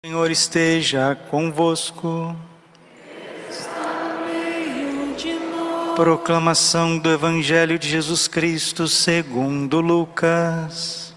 Senhor esteja convosco. Proclamação do Evangelho de Jesus Cristo segundo Lucas.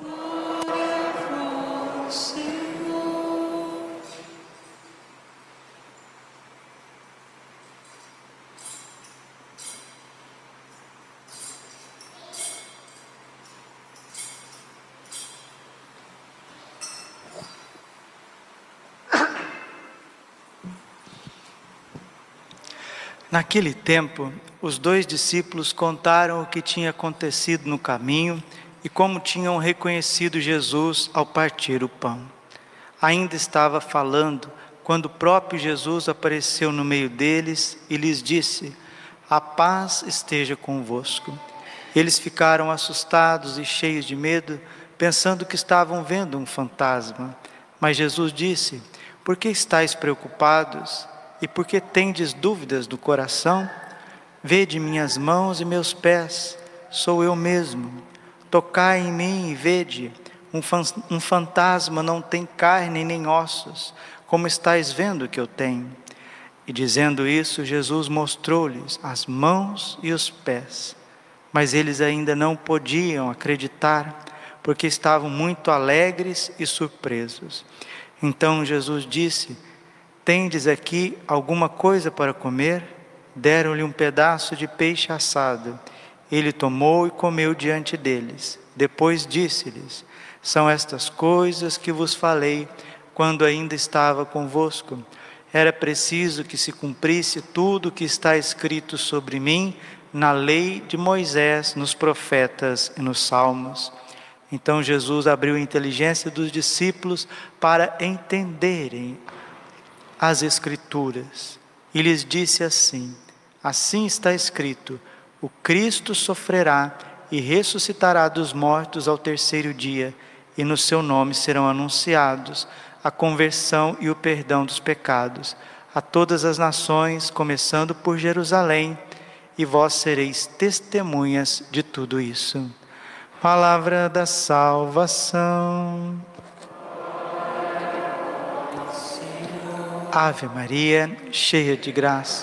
Naquele tempo, os 2 discípulos contaram o que tinha acontecido no caminho e como tinham reconhecido Jesus ao partir o pão. Ainda estava falando quando o próprio Jesus apareceu no meio deles e lhes disse: "A paz esteja convosco." Eles ficaram assustados e cheios de medo, pensando que estavam vendo um fantasma. Mas Jesus disse: "Por que estáis preocupados? E por que tendes dúvidas do coração? Vede minhas mãos e meus pés, sou eu mesmo. Tocai em mim e vede, um fantasma não tem carne nem ossos, como estáis vendo que eu tenho." E dizendo isso, Jesus mostrou-lhes as mãos e os pés. Mas eles ainda não podiam acreditar, porque estavam muito alegres e surpresos. Então Jesus disse: "Tendes aqui alguma coisa para comer?" Deram-lhe um pedaço de peixe assado. Ele tomou e comeu diante deles. Depois disse-lhes: "São estas coisas que vos falei quando ainda estava convosco. Era preciso que se cumprisse tudo o que está escrito sobre mim na lei de Moisés, nos profetas e nos salmos." Então Jesus abriu a inteligência dos discípulos para entenderem as Escrituras, e lhes disse assim: "Assim está escrito: o Cristo sofrerá e ressuscitará dos mortos ao terceiro dia, e no seu nome serão anunciados a conversão e o perdão dos pecados a todas as nações, começando por Jerusalém, e vós sereis testemunhas de tudo isso." Palavra da salvação. Ave Maria, cheia de graça,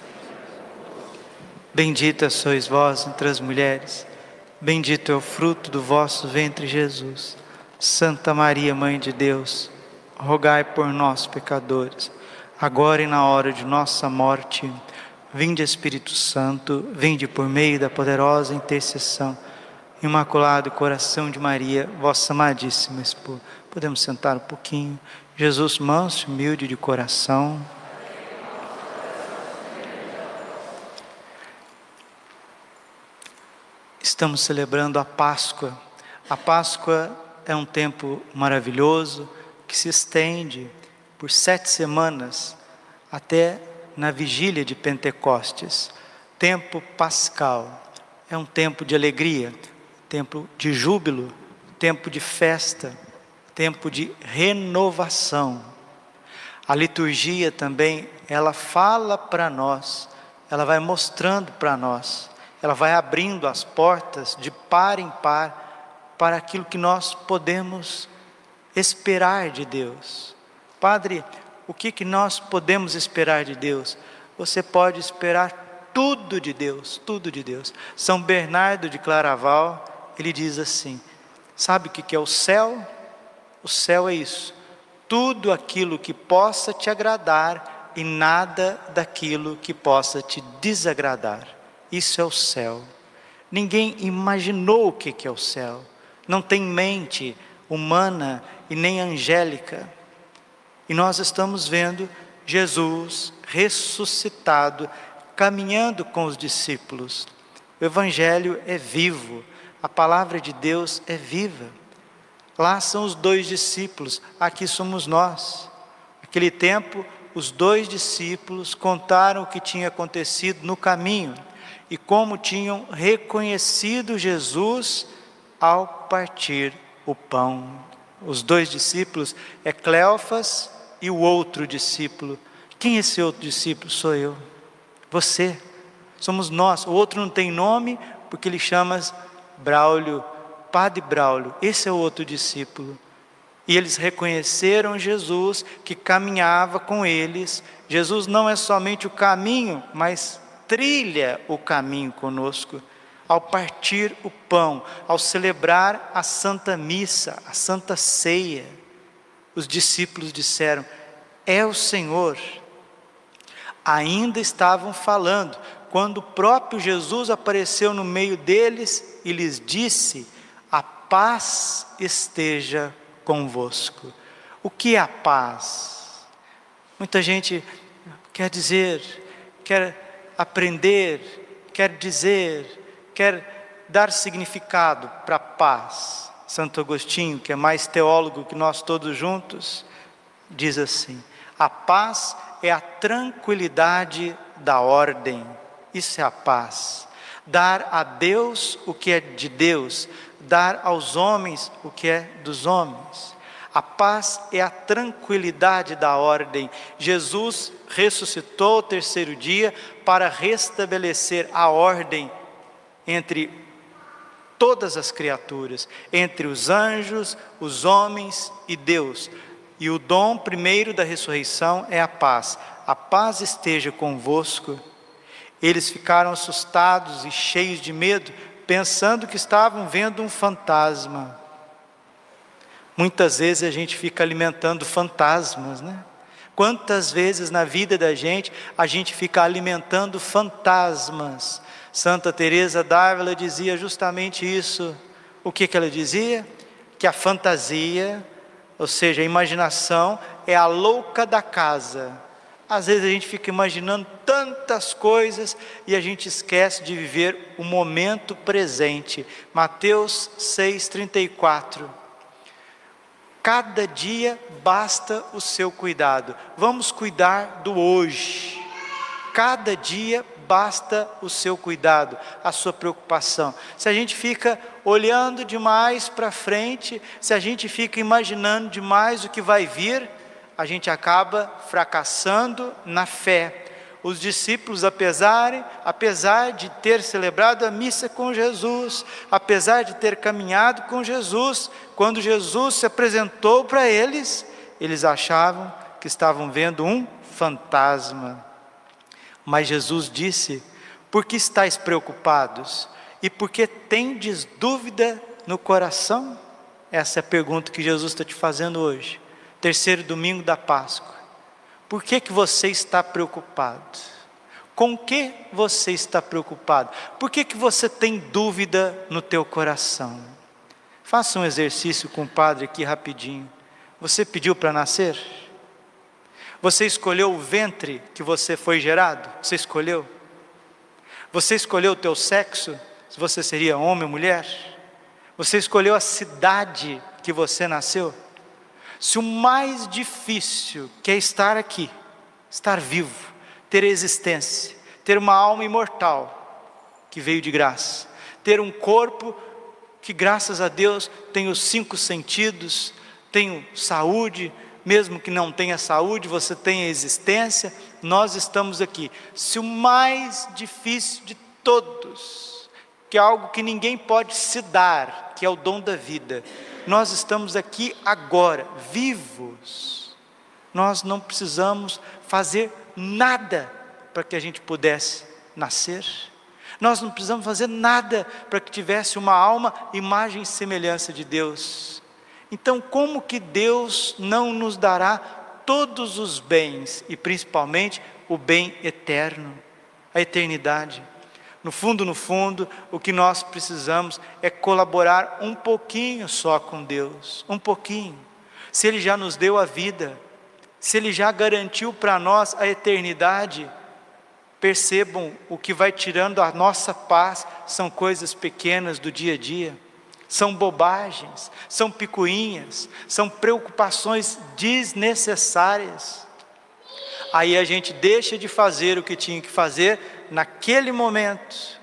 bendita sois vós entre as mulheres, bendito é o fruto do vosso ventre, Jesus. Santa Maria, Mãe de Deus, rogai por nós, pecadores, agora e na hora de nossa morte. Vinde, Espírito Santo, vinde por meio da poderosa intercessão. Imaculado Coração de Maria, vossa amadíssima esposa. Podemos sentar um pouquinho. Jesus manso, humilde de coração. Estamos celebrando a Páscoa. A Páscoa é um tempo maravilhoso que se estende por 7 semanas até na vigília de Pentecostes. Tempo pascal. É um tempo de alegria, tempo de júbilo, tempo de festa, tempo de renovação. A liturgia também, ela fala para nós, ela vai mostrando para nós, ela vai abrindo as portas de par em par para aquilo que nós podemos esperar de Deus. Padre, o que nós podemos esperar de Deus? Você pode esperar tudo de Deus, tudo de Deus. São Bernardo de Claraval, ele diz assim: sabe o que é o céu? O céu é isso, tudo aquilo que possa te agradar e nada daquilo que possa te desagradar. Isso é o céu. Ninguém imaginou o que é o céu, não tem mente humana e nem angélica. E nós estamos vendo Jesus ressuscitado, caminhando com os discípulos. O Evangelho é vivo, a palavra de Deus é viva. Lá são os 2 discípulos, aqui somos nós. Naquele tempo, os 2 discípulos contaram o que tinha acontecido no caminho e como tinham reconhecido Jesus ao partir o pão. Os 2 discípulos é Cleofas e o outro discípulo. Quem é esse outro discípulo? Sou eu, você, somos nós. O outro não tem nome porque ele chama Braulio, Padre Braulio. Esse é o outro discípulo. E eles reconheceram Jesus que caminhava com eles. Jesus não é somente o caminho, mas trilha o caminho conosco. Ao partir o pão, ao celebrar a Santa Missa, a Santa Ceia, os discípulos disseram: é o Senhor. Ainda estavam falando, quando o próprio Jesus apareceu no meio deles e lhes disse: a paz esteja convosco. O que é a paz? Muita gente quer dizer, quer aprender, quer dizer, quer dar significado para a paz. Santo Agostinho, que é mais teólogo que nós todos juntos, diz assim: a paz é a tranquilidade da ordem. Isso é a paz. Dar a Deus o que é de Deus, dar aos homens o que é dos homens. A paz é a tranquilidade da ordem. Jesus ressuscitou ao terceiro dia para restabelecer a ordem entre todas as criaturas, entre os anjos, os homens e Deus. E o dom primeiro da ressurreição é a paz. A paz esteja convosco. Eles ficaram assustados e cheios de medo, pensando que estavam vendo um fantasma. Muitas vezes a gente fica alimentando fantasmas, né? Quantas vezes na vida da gente a gente fica alimentando fantasmas? Santa Teresa d'Ávila dizia justamente isso. O que ela dizia? Que a fantasia, ou seja, a imaginação, é a louca da casa. Às vezes a gente fica imaginando tantas coisas e a gente esquece de viver o momento presente. Mateus 6,34. Cada dia basta o seu cuidado. Vamos cuidar do hoje. Cada dia basta o seu cuidado, a sua preocupação. Se a gente fica olhando demais para frente, se a gente fica imaginando demais o que vai vir, a gente acaba fracassando na fé. Os discípulos, apesar de ter celebrado a missa com Jesus, apesar de ter caminhado com Jesus, quando Jesus se apresentou para eles, eles achavam que estavam vendo um fantasma. Mas Jesus disse: por que estáis preocupados? E por que tendes dúvida no coração? Essa é a pergunta que Jesus está te fazendo hoje. Terceiro domingo da Páscoa. Por que você está preocupado? Com que você está preocupado? Por que você tem dúvida no teu coração? Faça um exercício com o padre aqui rapidinho. Você pediu para nascer? Você escolheu o ventre que você foi gerado? Você escolheu? Você escolheu o teu sexo? Se você seria homem ou mulher? Você escolheu a cidade que você nasceu? Se o mais difícil que é estar aqui, estar vivo, ter existência, ter uma alma imortal que veio de graça, ter um corpo que graças a Deus tem os 5 sentidos, tem saúde, mesmo que não tenha saúde, você tem a existência, nós estamos aqui. Se o mais difícil de todos, que é algo que ninguém pode se dar, que é o dom da vida, nós estamos aqui agora, vivos. Nós não precisamos fazer nada para que a gente pudesse nascer. Nós não precisamos fazer nada para que tivesse uma alma, imagem e semelhança de Deus. Então, como que Deus não nos dará todos os bens, e principalmente o bem eterno, a eternidade? No fundo, o que nós precisamos é colaborar um pouquinho só com Deus, um pouquinho. Se Ele já nos deu a vida, se Ele já garantiu para nós a eternidade, percebam, o que vai tirando a nossa paz são coisas pequenas do dia a dia, são bobagens, são picuinhas, são preocupações desnecessárias. Aí a gente deixa de fazer o que tinha que fazer naquele momento.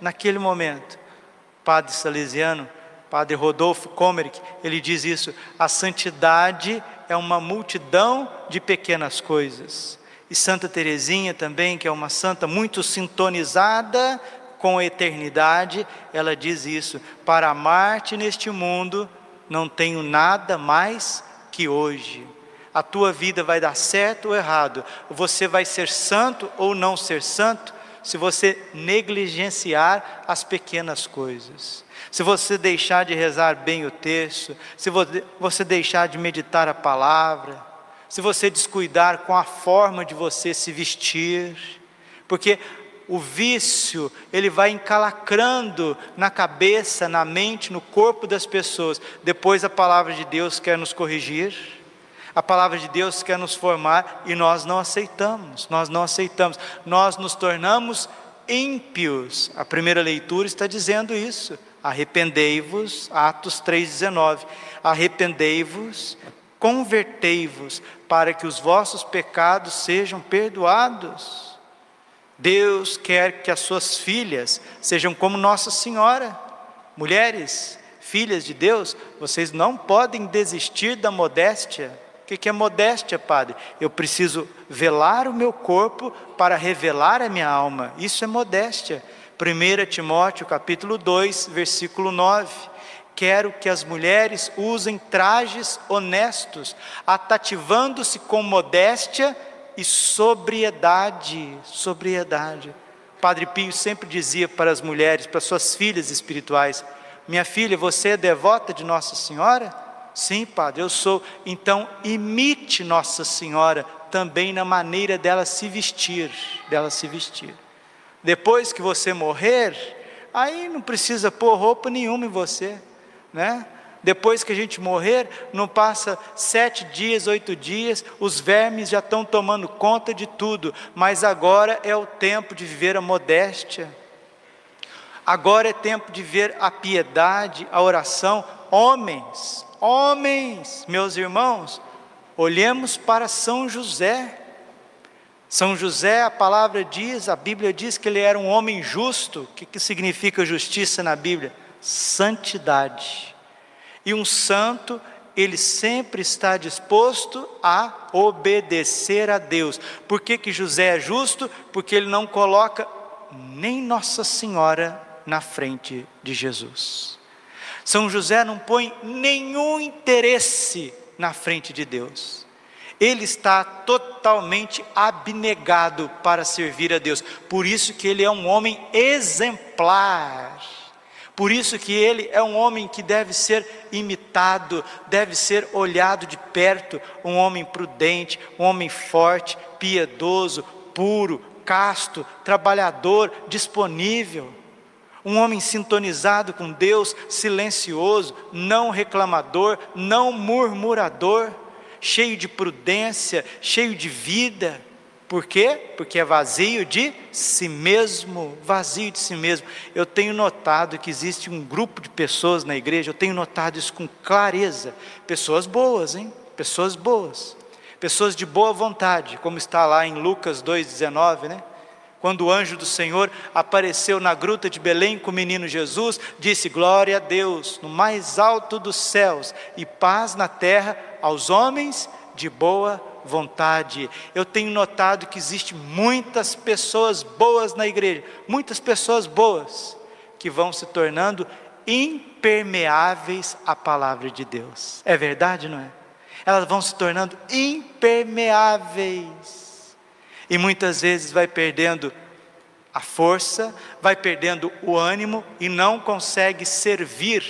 Padre salesiano, Padre Rodolfo Komerich, ele diz isso: a santidade é uma multidão de pequenas coisas. E Santa Teresinha também, que é uma santa muito sintonizada com a eternidade, ela diz isso: para amar-te neste mundo, não tenho nada mais que hoje a tua vida vai dar certo ou errado, você vai ser santo ou não ser santo, se você negligenciar as pequenas coisas, se você deixar de rezar bem o texto, se você deixar de meditar a palavra, se você descuidar com a forma de você se vestir, porque o vício, ele vai encalacrando na cabeça, na mente, no corpo das pessoas. Depois a palavra de Deus quer nos corrigir, a palavra de Deus quer nos formar, e nós não aceitamos, nós nos tornamos ímpios. A primeira leitura está dizendo isso, arrependei-vos, Atos 3,19, arrependei-vos, convertei-vos, para que os vossos pecados sejam perdoados. Deus quer que as suas filhas sejam como Nossa Senhora. Mulheres, filhas de Deus, vocês não podem desistir da modéstia. O que é modéstia, Padre? Eu preciso velar o meu corpo para revelar a minha alma. Isso é modéstia. 1 Timóteo capítulo 2, versículo 9. Quero que as mulheres usem trajes honestos, atativando-se com modéstia e sobriedade. Padre Pio sempre dizia para as mulheres, para suas filhas espirituais: minha filha, você é devota de Nossa Senhora? Sim, Padre, eu sou. Então imite Nossa Senhora também na maneira dela se vestir, Depois que você morrer, aí não precisa pôr roupa nenhuma em você, né? Depois que a gente morrer, não passa 7 dias, 8 dias, os vermes já estão tomando conta de tudo. Mas agora é o tempo de viver a modéstia. Agora é tempo de ver a piedade, a oração. Homens, meus irmãos, olhemos para São José. São José, a palavra diz, a Bíblia diz que ele era um homem justo. O que significa justiça na Bíblia? Santidade. E um santo, ele sempre está disposto a obedecer a Deus. Por que José é justo? Porque ele não coloca nem Nossa Senhora na frente de Jesus. São José não põe nenhum interesse na frente de Deus. Ele está totalmente abnegado para servir a Deus. Por isso que ele é um homem exemplar. Por isso que ele é um homem que deve ser imitado, deve ser olhado de perto, um homem prudente, um homem forte, piedoso, puro, casto, trabalhador, disponível. Um homem sintonizado com Deus, silencioso, não reclamador, não murmurador, cheio de prudência, cheio de vida. Por quê? Porque é vazio de si mesmo, Eu tenho notado que existe um grupo de pessoas na igreja, eu tenho notado isso com clareza. Pessoas boas, pessoas de boa vontade, como está lá em Lucas 2,19, né? Quando o anjo do Senhor apareceu na gruta de Belém com o menino Jesus, disse: glória a Deus no mais alto dos céus e paz na terra aos homens de boa vontade. Eu tenho notado que existe muitas pessoas boas na igreja, muitas pessoas boas que vão se tornando impermeáveis à palavra de Deus. É verdade, não é? Elas vão se tornando impermeáveis e muitas vezes vai perdendo a força, vai perdendo o ânimo e não consegue servir.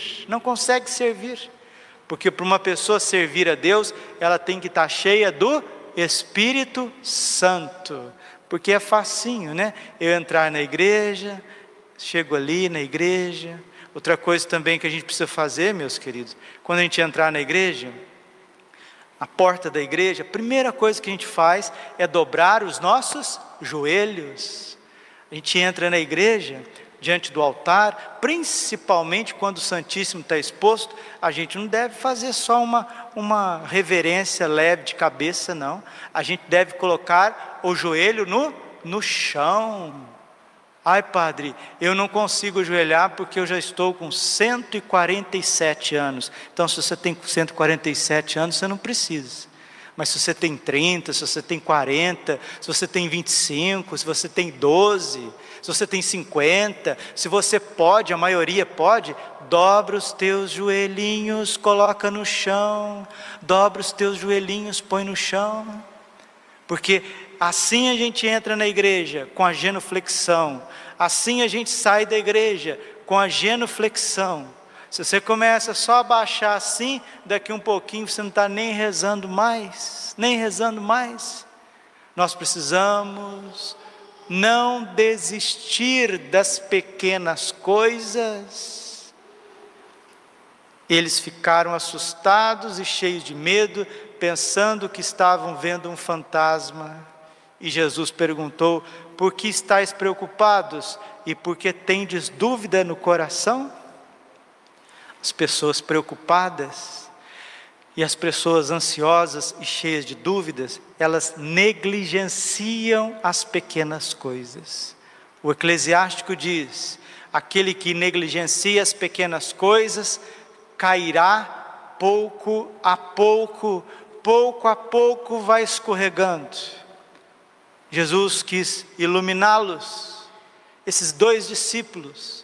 Porque para uma pessoa servir a Deus, ela tem que estar cheia do Espírito Santo. Porque é facinho, né? Eu entrar na igreja, chego ali na igreja. Outra coisa também que a gente precisa fazer, meus queridos, quando a gente entrar na igreja, a porta da igreja, a primeira coisa que a gente faz é dobrar os nossos joelhos. A gente entra na igreja, diante do altar, principalmente quando o Santíssimo está exposto, a gente não deve fazer só uma reverência leve de cabeça, não. A gente deve colocar o joelho no chão. Ai, Padre, eu não consigo ajoelhar porque eu já estou com 147 anos. Então, se você tem 147 anos, você não precisa. Mas se você tem 30, se você tem 40, se você tem 25, se você tem 12, se você tem 50, se você pode, a maioria pode, dobra os teus joelhinhos, coloca no chão, dobra os teus joelhinhos, põe no chão, porque assim a gente entra na igreja com a genuflexão, assim a gente sai da igreja com a genuflexão. Se você começa só a baixar assim, daqui um pouquinho você não está nem rezando mais, nem rezando mais. Nós precisamos não desistir das pequenas coisas. Eles ficaram assustados e cheios de medo, pensando que estavam vendo um fantasma. E Jesus perguntou: por que estáis preocupados e por que tendes dúvida no coração? As pessoas preocupadas e as pessoas ansiosas e cheias de dúvidas, elas negligenciam as pequenas coisas. O Eclesiástico diz: aquele que negligencia as pequenas coisas, cairá pouco a pouco vai escorregando. Jesus quis iluminá-los, esses dois discípulos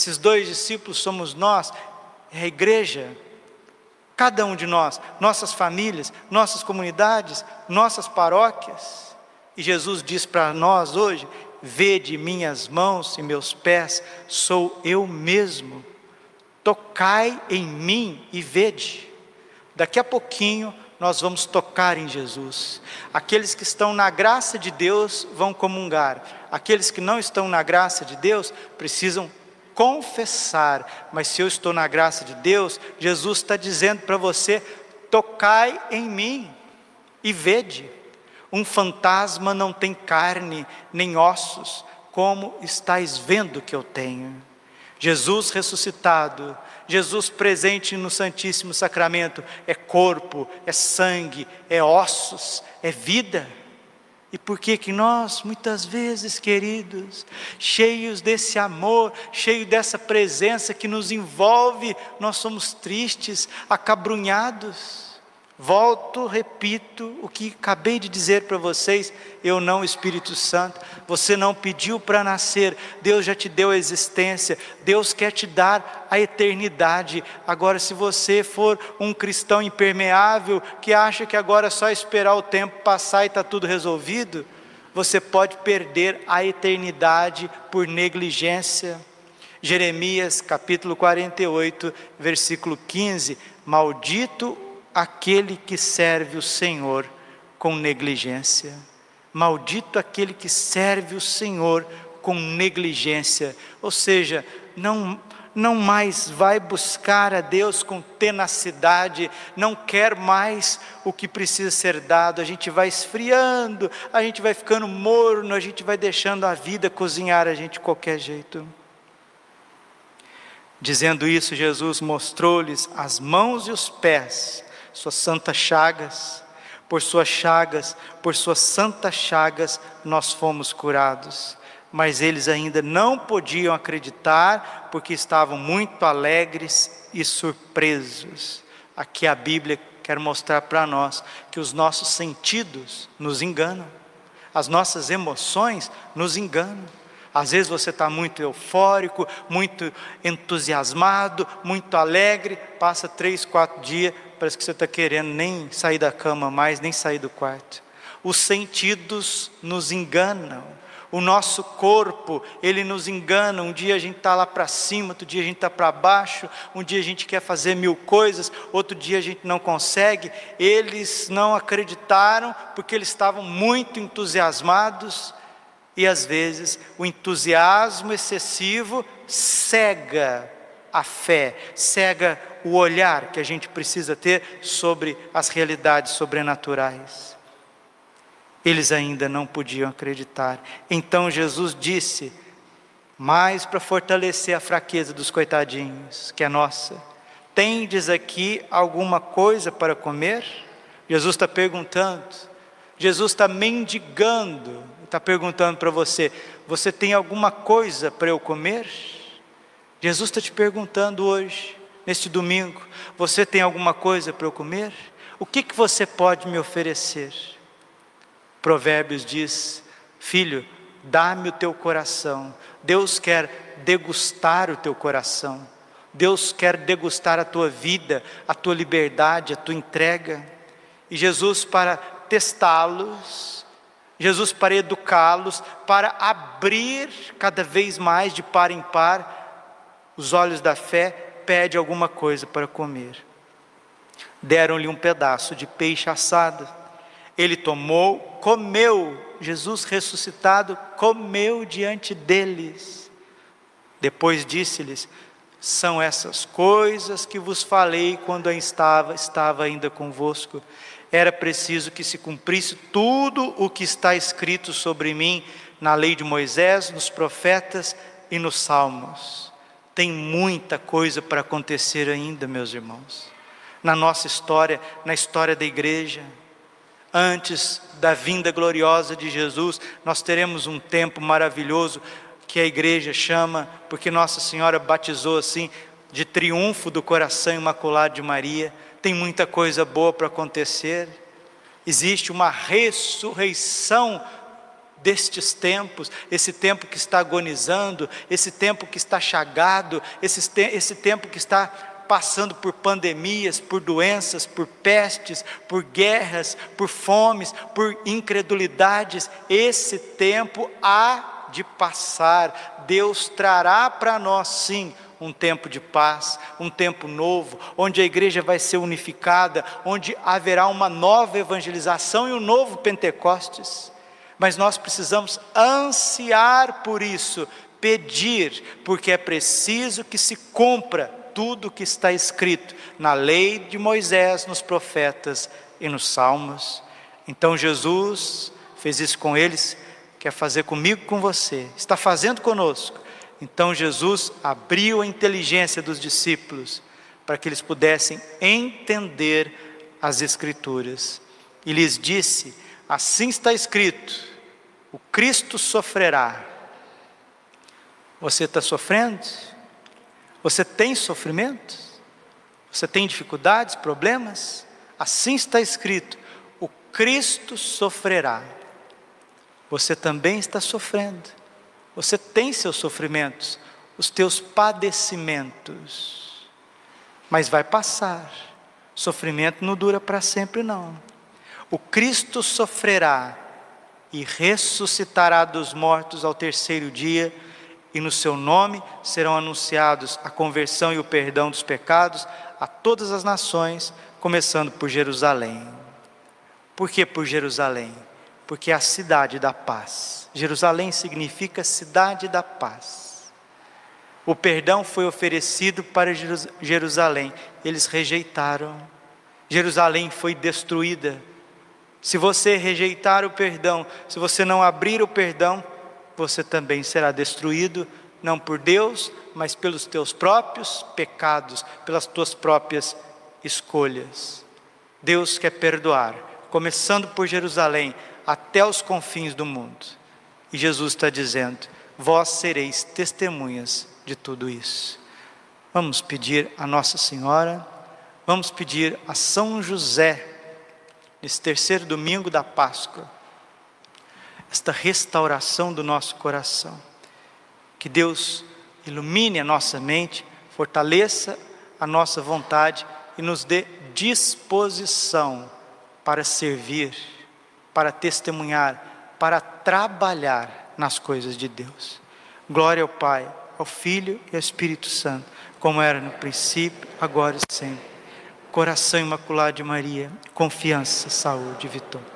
somos nós, é a igreja, cada um de nós, nossas famílias, nossas comunidades, nossas paróquias. E Jesus diz para nós hoje: vede minhas mãos e meus pés, sou eu mesmo, tocai em mim e vede. Daqui a pouquinho nós vamos tocar em Jesus. Aqueles que estão na graça de Deus vão comungar, aqueles que não estão na graça de Deus precisam confessar. Mas se eu estou na graça de Deus, Jesus está dizendo para você: tocai em mim e vede. Um fantasma não tem carne nem ossos, como estáis vendo que eu tenho. Jesus ressuscitado, Jesus presente no Santíssimo Sacramento, é corpo, é sangue, é ossos, é vida. E por que que nós, muitas vezes, queridos, cheios desse amor, cheios dessa presença que nos envolve, nós somos tristes, acabrunhados? Volto, repito o que acabei de dizer para vocês: eu não, Espírito Santo, você não pediu para nascer, Deus já te deu a existência, Deus quer te dar a eternidade. Agora, se você for um cristão impermeável, que acha que agora é só esperar o tempo passar e está tudo resolvido, você pode perder a eternidade por negligência. Jeremias capítulo 48, versículo 15, maldito aquele que serve o Senhor com negligência. Maldito aquele que serve o Senhor com negligência. Ou seja, não mais vai buscar a Deus com tenacidade, não quer mais o que precisa ser dado. A gente vai esfriando, a gente vai ficando morno, a gente vai deixando a vida cozinhar a gente de qualquer jeito. Dizendo isso, Jesus mostrou-lhes as mãos e os pés, suas santas chagas. Por suas santas chagas, nós fomos curados. Mas eles ainda não podiam acreditar, porque estavam muito alegres e surpresos. Aqui a Bíblia quer mostrar para nós que os nossos sentidos nos enganam, as nossas emoções nos enganam. Às vezes você está muito eufórico, muito entusiasmado, muito alegre, passa 3, 4 dias, parece que você está querendo nem sair da cama mais, nem sair do quarto. Os sentidos nos enganam, o nosso corpo, ele nos engana. Um dia a gente está lá para cima, outro dia a gente está para baixo, um dia a gente quer fazer 1000 coisas, outro dia a gente não consegue. Eles não acreditaram, porque eles estavam muito entusiasmados, e às vezes o entusiasmo excessivo cega a fé, cega o olhar que a gente precisa ter sobre as realidades sobrenaturais. Eles ainda não podiam acreditar. Então Jesus disse, mais para fortalecer a fraqueza dos coitadinhos, que é nossa: tendes aqui alguma coisa para comer? Jesus está perguntando, Jesus está mendigando, está perguntando para você: você tem alguma coisa para eu comer? Jesus está te perguntando hoje, neste domingo: você tem alguma coisa para eu comer? O que você pode me oferecer? Provérbios diz: filho, dá-me o teu coração. Deus quer degustar o teu coração. Deus quer degustar a tua vida, a tua liberdade, a tua entrega. E Jesus, para testá-los, Jesus, para educá-los, para abrir cada vez mais de par em par os olhos da fé, pede alguma coisa para comer. Deram-lhe um pedaço de peixe assado. Ele tomou, comeu. Jesus ressuscitado comeu diante deles. Depois disse-lhes: são essas coisas que vos falei quando estava ainda convosco. Era preciso que se cumprisse tudo o que está escrito sobre mim na lei de Moisés, nos profetas e nos salmos. Tem muita coisa para acontecer ainda, meus irmãos, na nossa história, na história da igreja. Antes da vinda gloriosa de Jesus, nós teremos um tempo maravilhoso que a igreja chama, porque Nossa Senhora batizou assim, de triunfo do coração imaculado de Maria. Tem muita coisa boa para acontecer. Existe uma ressurreição destes tempos, esse tempo que está agonizando, esse tempo que está chagado, esse tempo que está passando por pandemias, por doenças, por pestes, por guerras, por fomes, por incredulidades. Esse tempo há de passar. Deus trará para nós, sim, um tempo de paz, um tempo novo, onde a igreja vai ser unificada, onde haverá uma nova evangelização e um novo Pentecostes. Mas nós precisamos ansiar por isso, pedir, porque é preciso que se cumpra tudo o que está escrito na lei de Moisés, nos profetas e nos salmos. Então Jesus fez isso com eles, quer fazer comigo, com você, está fazendo conosco. Então Jesus abriu a inteligência dos discípulos para que eles pudessem entender as Escrituras. E lhes disse: assim está escrito, o Cristo sofrerá. Você está sofrendo? Você tem sofrimentos? Você tem dificuldades, problemas? Assim está escrito, o Cristo sofrerá. Você também está sofrendo. Você tem seus sofrimentos, os teus padecimentos, mas vai passar. Sofrimento não dura para sempre, não. O Cristo sofrerá e ressuscitará dos mortos ao terceiro dia, e no seu nome serão anunciados a conversão e o perdão dos pecados a todas as nações, começando por Jerusalém. Por que por Jerusalém? Porque é a cidade da paz. Jerusalém significa cidade da paz. O perdão foi oferecido para Jerusalém, eles rejeitaram. Jerusalém foi destruída. Se você rejeitar o perdão, se você não abrir o perdão, você também será destruído, não por Deus, mas pelos teus próprios pecados, pelas tuas próprias escolhas. Deus quer perdoar, começando por Jerusalém, até os confins do mundo. E Jesus está dizendo: vós sereis testemunhas de tudo isso. Vamos pedir a Nossa Senhora, vamos pedir a São José, nesse terceiro domingo da Páscoa, esta restauração do nosso coração. Que Deus ilumine a nossa mente, fortaleça a nossa vontade e nos dê disposição para servir, para testemunhar, para trabalhar nas coisas de Deus. Glória ao Pai, ao Filho e ao Espírito Santo, como era no princípio, agora e sempre. Coração imaculado de Maria, confiança, saúde e vitória.